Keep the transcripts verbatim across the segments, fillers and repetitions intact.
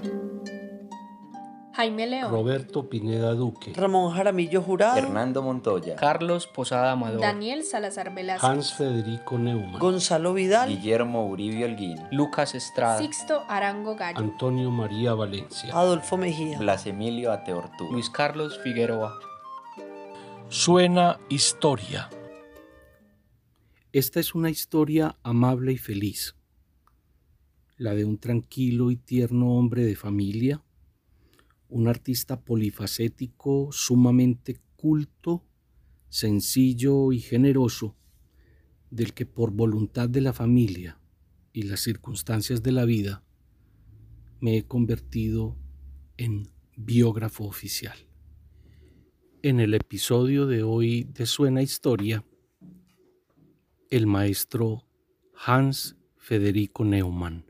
Jaime León, Roberto Pineda Duque, Ramón Jaramillo Jurado, Hernando Montoya, Carlos Posada Amador, Daniel Salazar Velázquez, Hans Federico Neumann, Gonzalo Vidal, Guillermo Uribe Holguín, Lucas Estrada, Sixto Arango Gallo, Antonio María Valencia. Adolfo Mejía, Blas Emilio Ateortú, Luis Carlos Figueroa. Suena historia. Esta es una historia amable y feliz, la de un tranquilo y tierno hombre de familia, un artista polifacético, sumamente culto, sencillo y generoso, del que por voluntad de la familia y las circunstancias de la vida me he convertido en biógrafo oficial. En el episodio de hoy de Suena Historia, el maestro Hans Federico Neumann.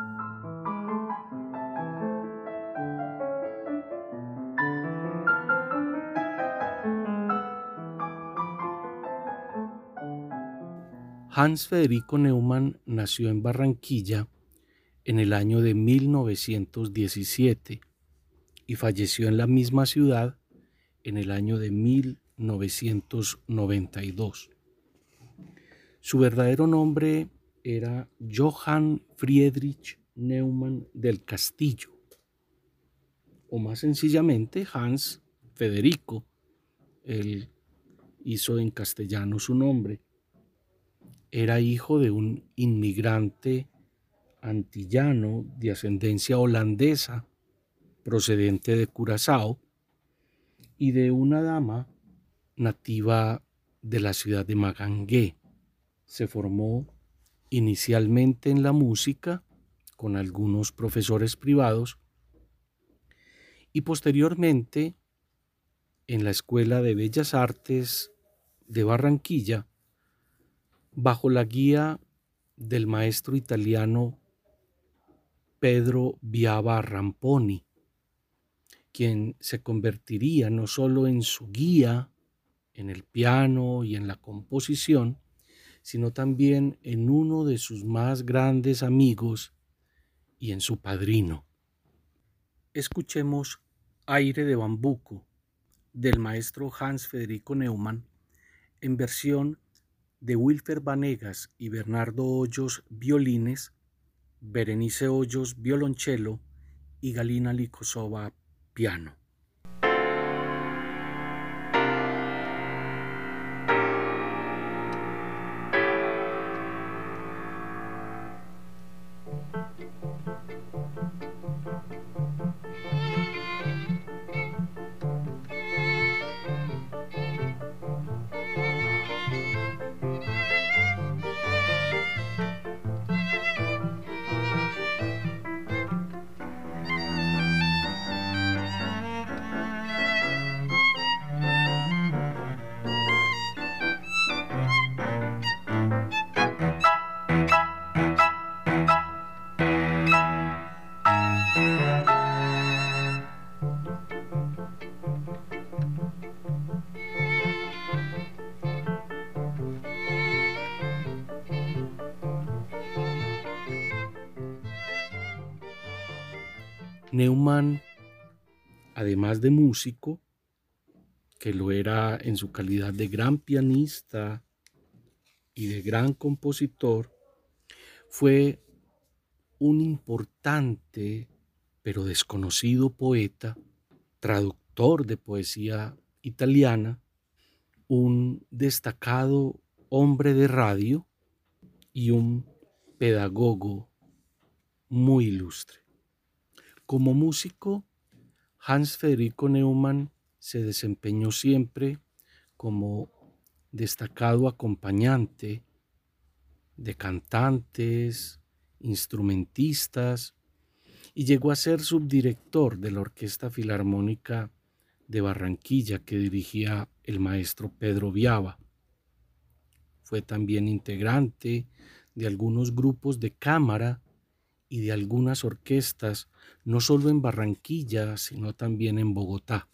Hans Federico Neumann nació en Barranquilla en el año de mil novecientos diecisiete y falleció en la misma ciudad en el año de mil novecientos noventa y dos. Su verdadero nombre era Johann Friedrich Neumann del Castillo, o más sencillamente Hans Federico. Él hizo en castellano su nombre. Era hijo de un inmigrante antillano de ascendencia holandesa procedente de Curazao y de una dama nativa de la ciudad de Magangué. Se formó inicialmente en la música con algunos profesores privados y posteriormente en la Escuela de Bellas Artes de Barranquilla bajo la guía del maestro italiano Pedro Biava Ramponi, quien se convertiría no solo en su guía en el piano y en la composición, sino también en uno de sus más grandes amigos y en su padrino. Escuchemos Aire de Bambuco del maestro Hans Federico Neumann en versión de Wilfer Vanegas y Bernardo Hoyos violines, Berenice Hoyos violonchelo y Galina Likosova piano. Neumann, además de músico, que lo era en su calidad de gran pianista y de gran compositor, fue un importante pero desconocido poeta, traductor de poesía italiana, un destacado hombre de radio y un pedagogo muy ilustre. Como músico, Hans Federico Neumann se desempeñó siempre como destacado acompañante de cantantes, instrumentistas, y llegó a ser subdirector de la Orquesta Filarmónica de Barranquilla que dirigía el maestro Pedro Biava. Fue también integrante de algunos grupos de cámara y de algunas orquestas, no solo en Barranquilla, sino también en Bogotá.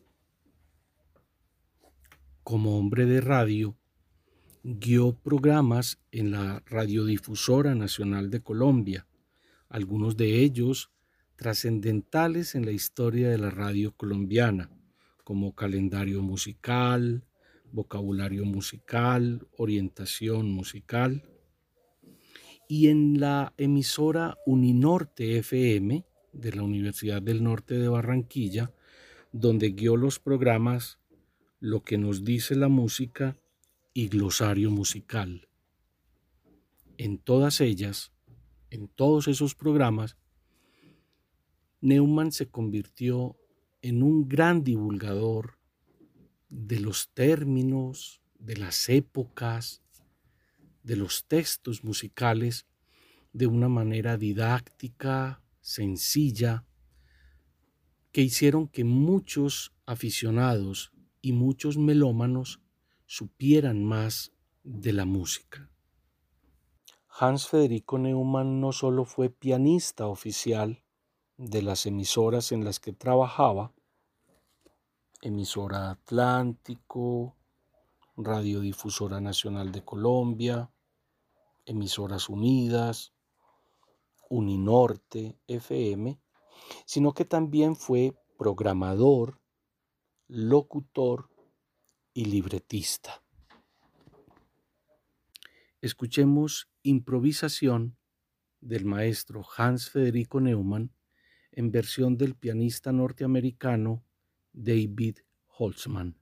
Como hombre de radio, guió programas en la Radiodifusora Nacional de Colombia, algunos de ellos trascendentales en la historia de la radio colombiana, como calendario musical, vocabulario musical, orientación musical. Y en la emisora Uninorte F M de la Universidad del Norte de Barranquilla, donde guió los programas Lo que nos dice la música y Glosario musical. En todas ellas, en todos esos programas, Neumann se convirtió en un gran divulgador de los términos, de las épocas, de los textos musicales de una manera didáctica, sencilla, que hicieron que muchos aficionados y muchos melómanos supieran más de la música. Hans Federico Neumann no solo fue pianista oficial de las emisoras en las que trabajaba, Emisora Atlántico, Radiodifusora Nacional de Colombia, Emisoras Unidas, Uninorte F M, sino que también fue programador, locutor y libretista. Escuchemos Improvisación del maestro Hans Federico Neumann en versión del pianista norteamericano David Holzman.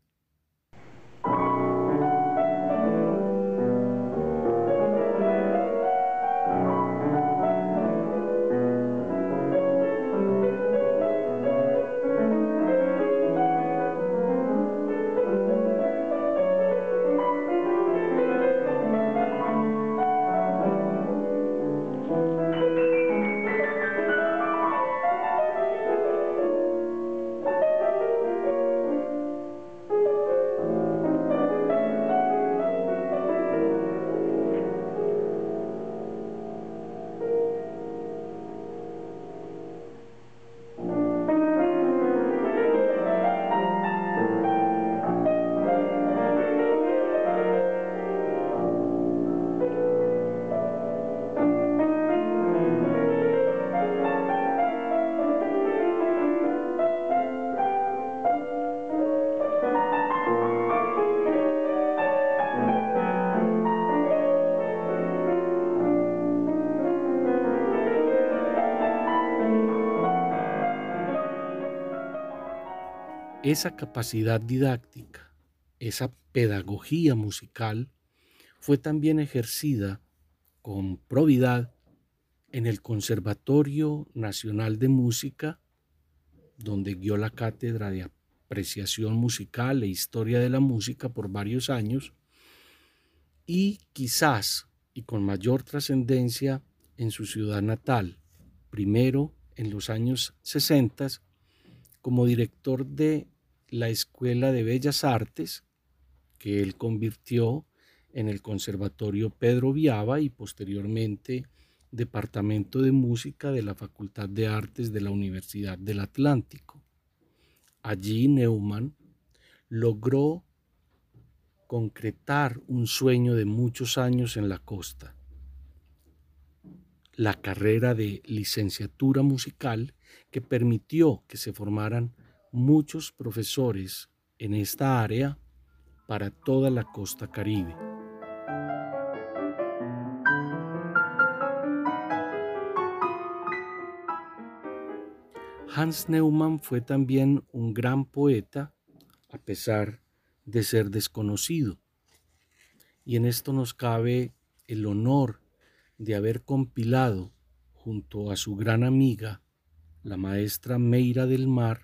Esa capacidad didáctica, esa pedagogía musical, fue también ejercida con probidad en el Conservatorio Nacional de Música, donde guió la cátedra de apreciación musical e historia de la música por varios años, y quizás, y con mayor trascendencia, en su ciudad natal, primero en los años sesenta, como director de la Escuela de Bellas Artes, que él convirtió en el Conservatorio Pedro Viava y posteriormente Departamento de Música de la Facultad de Artes de la Universidad del Atlántico. Allí Neumann logró concretar un sueño de muchos años en la costa, la carrera de licenciatura musical que permitió que se formaran muchos profesores en esta área para toda la costa caribe. Hans Neumann fue también un gran poeta, a pesar de ser desconocido, y en esto nos cabe el honor de haber compilado junto a su gran amiga, la maestra Meira del Mar,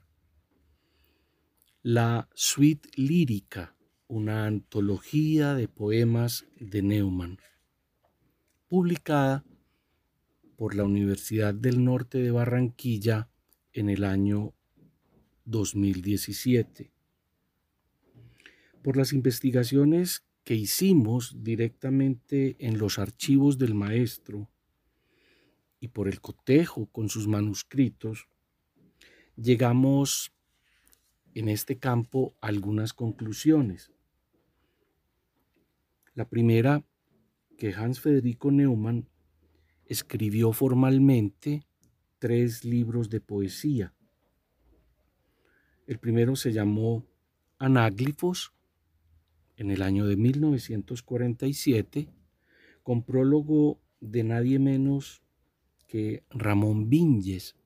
la Suite Lírica, una antología de poemas de Neumann, publicada por la Universidad del Norte de Barranquilla en el año dos mil diecisiete. Por las investigaciones que hicimos directamente en los archivos del maestro y por el cotejo con sus manuscritos, llegamos en este campo a algunas conclusiones. La primera, que Hans Federico Neumann escribió formalmente tres libros de poesía. El primero se llamó Anáglifos en el año de mil novecientos cuarenta y siete, con prólogo de nadie menos que Ramón Vinyes,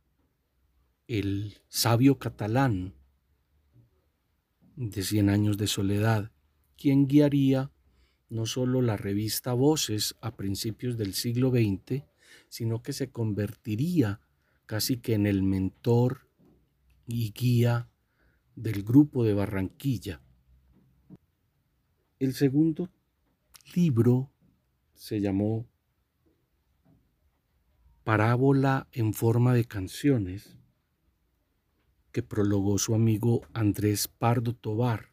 el sabio catalán de Cien años de soledad, quien guiaría no solo la revista Voces a principios del siglo veinte, sino que se convertiría casi que en el mentor y guía del grupo de Barranquilla. El segundo libro se llamó Parábola en forma de canciones, que prologó su amigo Andrés Pardo Tovar.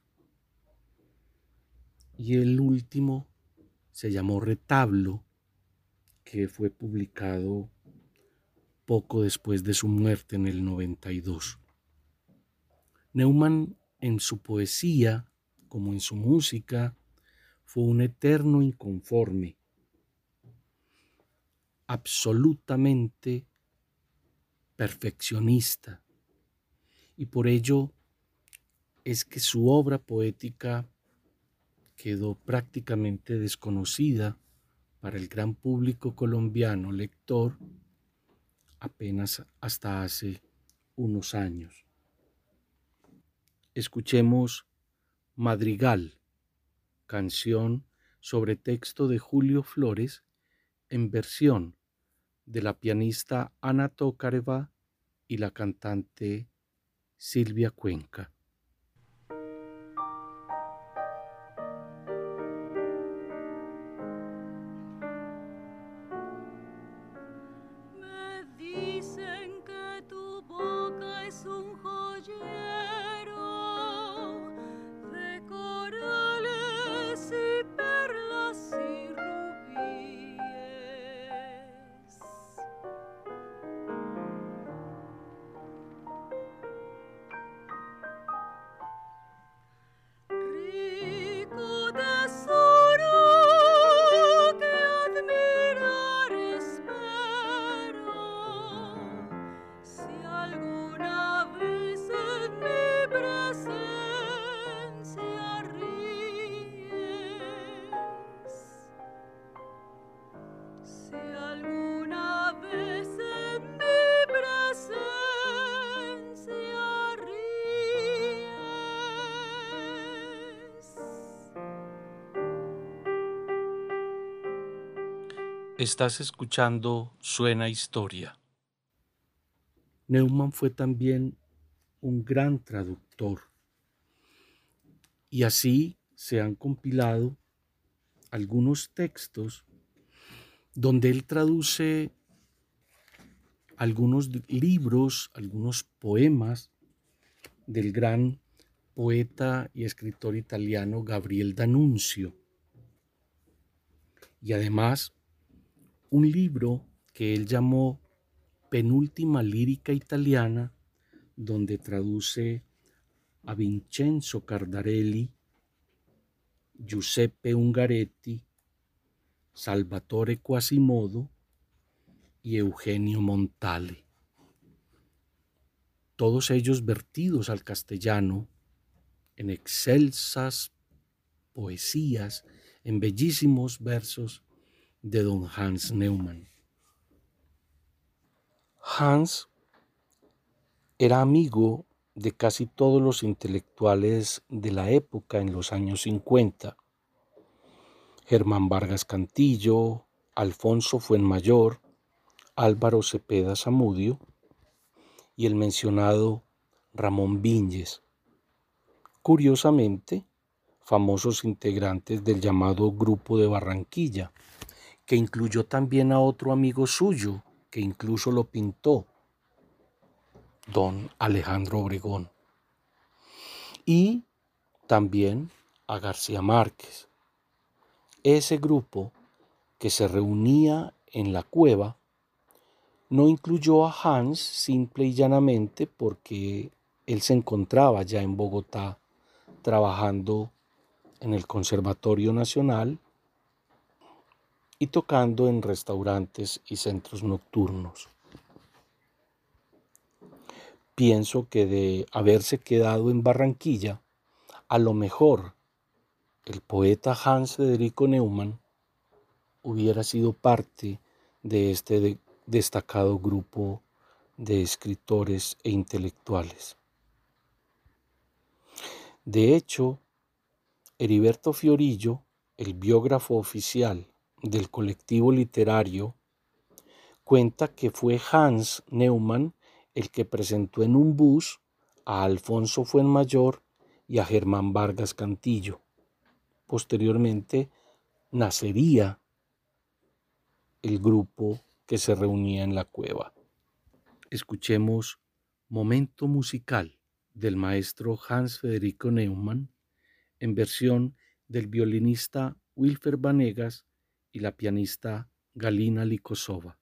Y el último se llamó Retablo, que fue publicado poco después de su muerte en el noventa y dos. Neumann, en su poesía como en su música, fue un eterno inconforme, absolutamente perfeccionista, y por ello es que su obra poética quedó prácticamente desconocida para el gran público colombiano lector apenas hasta hace unos años. Escuchemos Madrigal, canción sobre texto de Julio Flores, en versión de la pianista Ana Tokareva y la cantante Silvia Cuenca. Estás escuchando Suena Historia. Neumann fue también un gran traductor, y así se han compilado algunos textos donde él traduce algunos libros, algunos poemas del gran poeta y escritor italiano Gabriel D'Annunzio, y además un libro que él llamó Penúltima lírica italiana, donde traduce a Vincenzo Cardarelli, Giuseppe Ungaretti, Salvatore Quasimodo y Eugenio Montale. Todos ellos vertidos al castellano en excelsas poesías, en bellísimos versos de don Hans Neumann. Hans era amigo de casi todos los intelectuales de la época en los años cincuenta. Germán Vargas Cantillo, Alfonso Fuenmayor, Álvaro Cepeda Zamudio y el mencionado Ramón Vinyes. Curiosamente, famosos integrantes del llamado Grupo de Barranquilla, que incluyó también a otro amigo suyo, que incluso lo pintó, don Alejandro Obregón, y también a García Márquez. Ese grupo, que se reunía en la cueva, no incluyó a Hans simple y llanamente porque él se encontraba ya en Bogotá trabajando en el Conservatorio Nacional y tocando en restaurantes y centros nocturnos. pienso que de haberse quedado en Barranquilla, a lo mejor el poeta Hans Federico Neumann hubiera sido parte de este de- destacado grupo de escritores e intelectuales. De hecho, Heriberto Fiorillo, el biógrafo oficial del colectivo literario, cuenta que fue Hans Neumann el que presentó en un bus a Alfonso Fuenmayor y a Germán Vargas Cantillo. Posteriormente nacería el grupo que se reunía en la cueva. Escuchemos Momento musical del maestro Hans Federico Neumann en versión del violinista Wilfer Vanegas y la pianista Galina Likosova.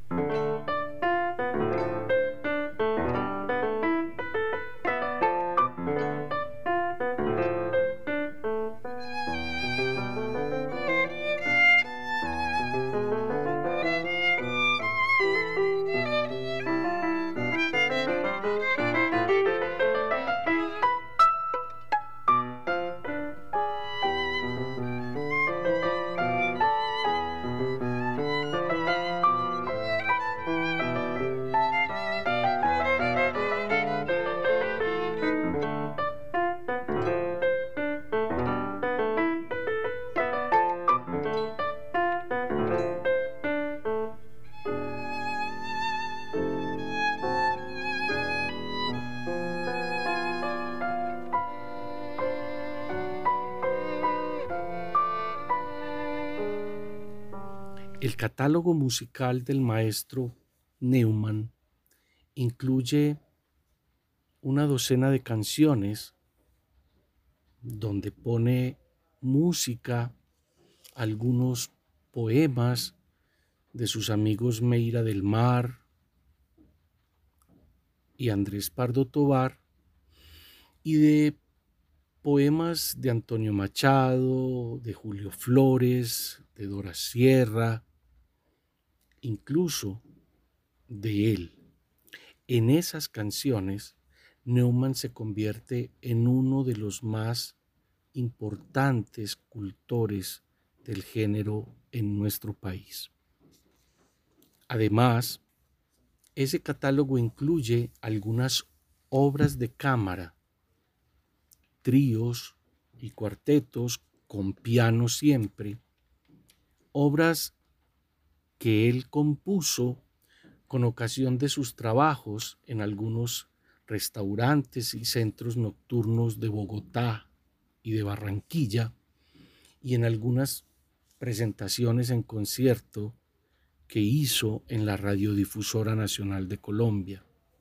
El catálogo musical del maestro Neumann incluye una docena de canciones donde pone música, algunos poemas de sus amigos Meira del Mar y Andrés Pardo Tobar, y de poemas de Antonio Machado, de Julio Flores, de Dora Sierra, incluso de él. En esas canciones, Neumann se convierte en uno de los más importantes cultores del género en nuestro país. Además, ese catálogo incluye algunas obras de cámara, tríos y cuartetos con piano siempre, obras que él compuso con ocasión de sus trabajos en algunos restaurantes y centros nocturnos de Bogotá y de Barranquilla, y en algunas presentaciones en concierto que hizo en la Radiodifusora Nacional de Colombia.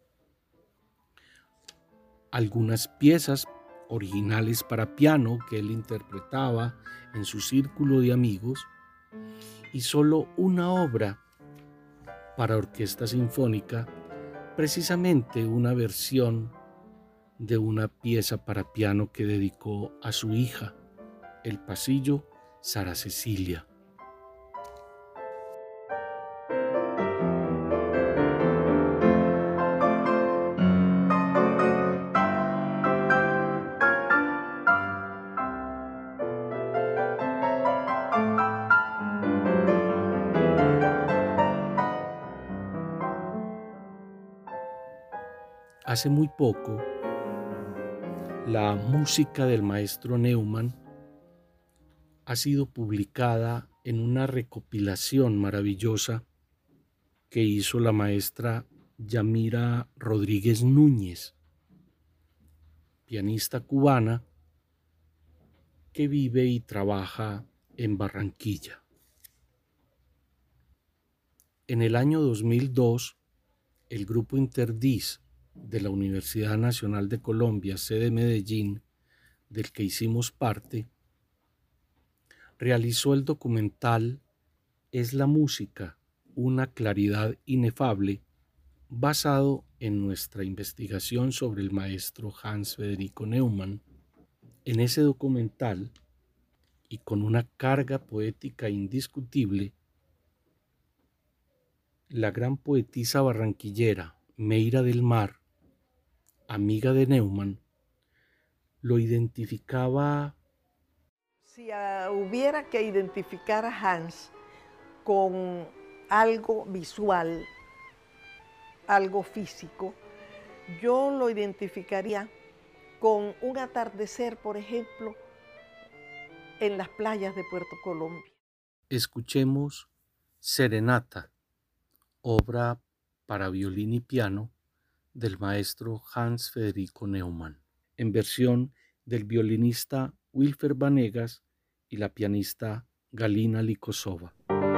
Algunas piezas originales para piano que él interpretaba en su círculo de amigos, y solo una obra para orquesta sinfónica, precisamente una versión de una pieza para piano que dedicó a su hija, el pasillo Sara Cecilia. Hace muy poco, la música del maestro Neumann ha sido publicada en una recopilación maravillosa que hizo la maestra Yamira Rodríguez Núñez, pianista cubana que vive y trabaja en Barranquilla. En el año dos mil dos, el grupo Interdis de la Universidad Nacional de Colombia, sede Medellín, del que hicimos parte, realizó el documental Es la música, una claridad inefable, basado en nuestra investigación sobre el maestro Hans Federico Neumann. En ese documental, y con una carga poética indiscutible, la gran poetisa barranquillera Meira del Mar amiga de Neumann, lo identificaba. Si uh, hubiera que identificar a Hans con algo visual, algo físico, yo lo identificaría con un atardecer, por ejemplo, en las playas de Puerto Colombia. Escuchemos Serenata, obra para violín y piano del maestro Hans Federico Neumann, en versión del violinista Wilfer Vanegas y la pianista Galina Likosova.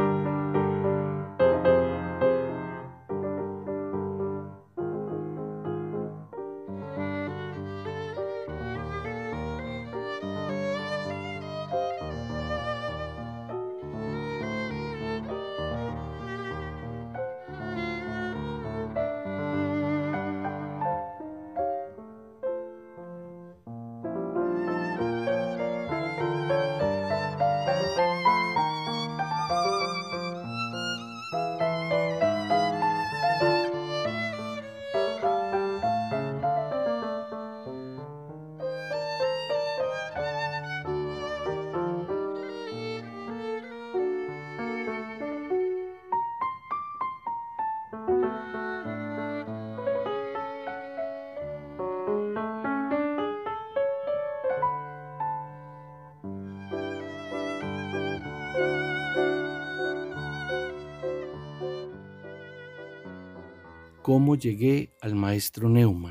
¿Cómo llegué al maestro Neumann?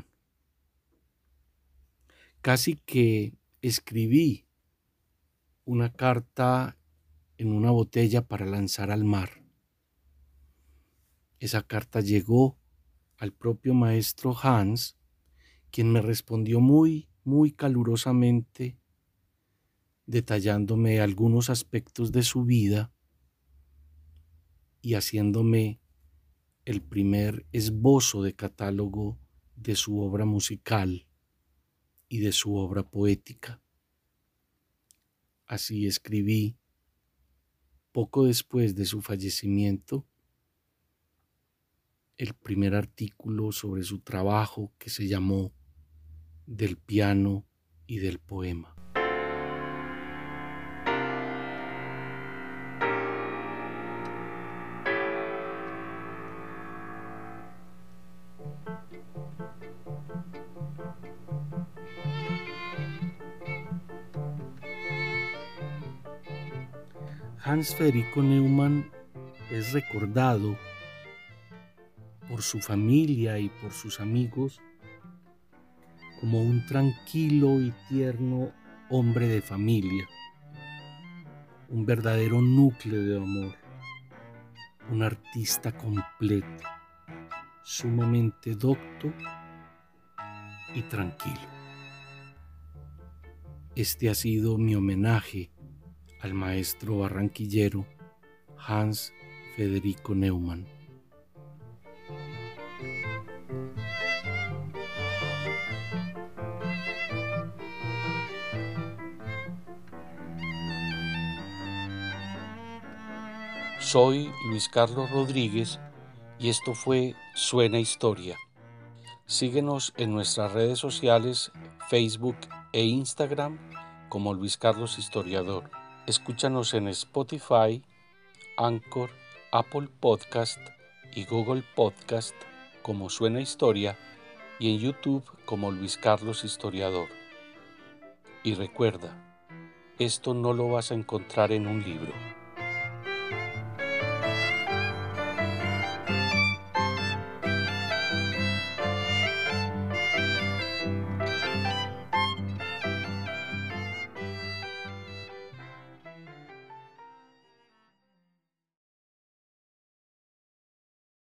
Casi que escribí una carta en una botella para lanzar al mar. Esa carta llegó al propio maestro Hans, quien me respondió muy, muy calurosamente, detallándome algunos aspectos de su vida y haciéndome el primer esbozo de catálogo de su obra musical y de su obra poética. Así escribí, poco después de su fallecimiento, el primer artículo sobre su trabajo que se llamó Del piano y del poema. Hans Federico Neumann es recordado por su familia y por sus amigos como un tranquilo y tierno hombre de familia, un verdadero núcleo de amor, un artista completo, sumamente docto y tranquilo. Este ha sido mi homenaje al maestro barranquillero Hans Federico Neumann. Soy Luis Carlos Rodríguez y esto fue Suena Historia. Síguenos en nuestras redes sociales, Facebook e Instagram como Luis Carlos Historiador. Escúchanos en Spotify, Anchor, Apple Podcast y Google Podcast como Suena Historia y en YouTube como Luis Carlos Historiador. Y recuerda, esto no lo vas a encontrar en un libro.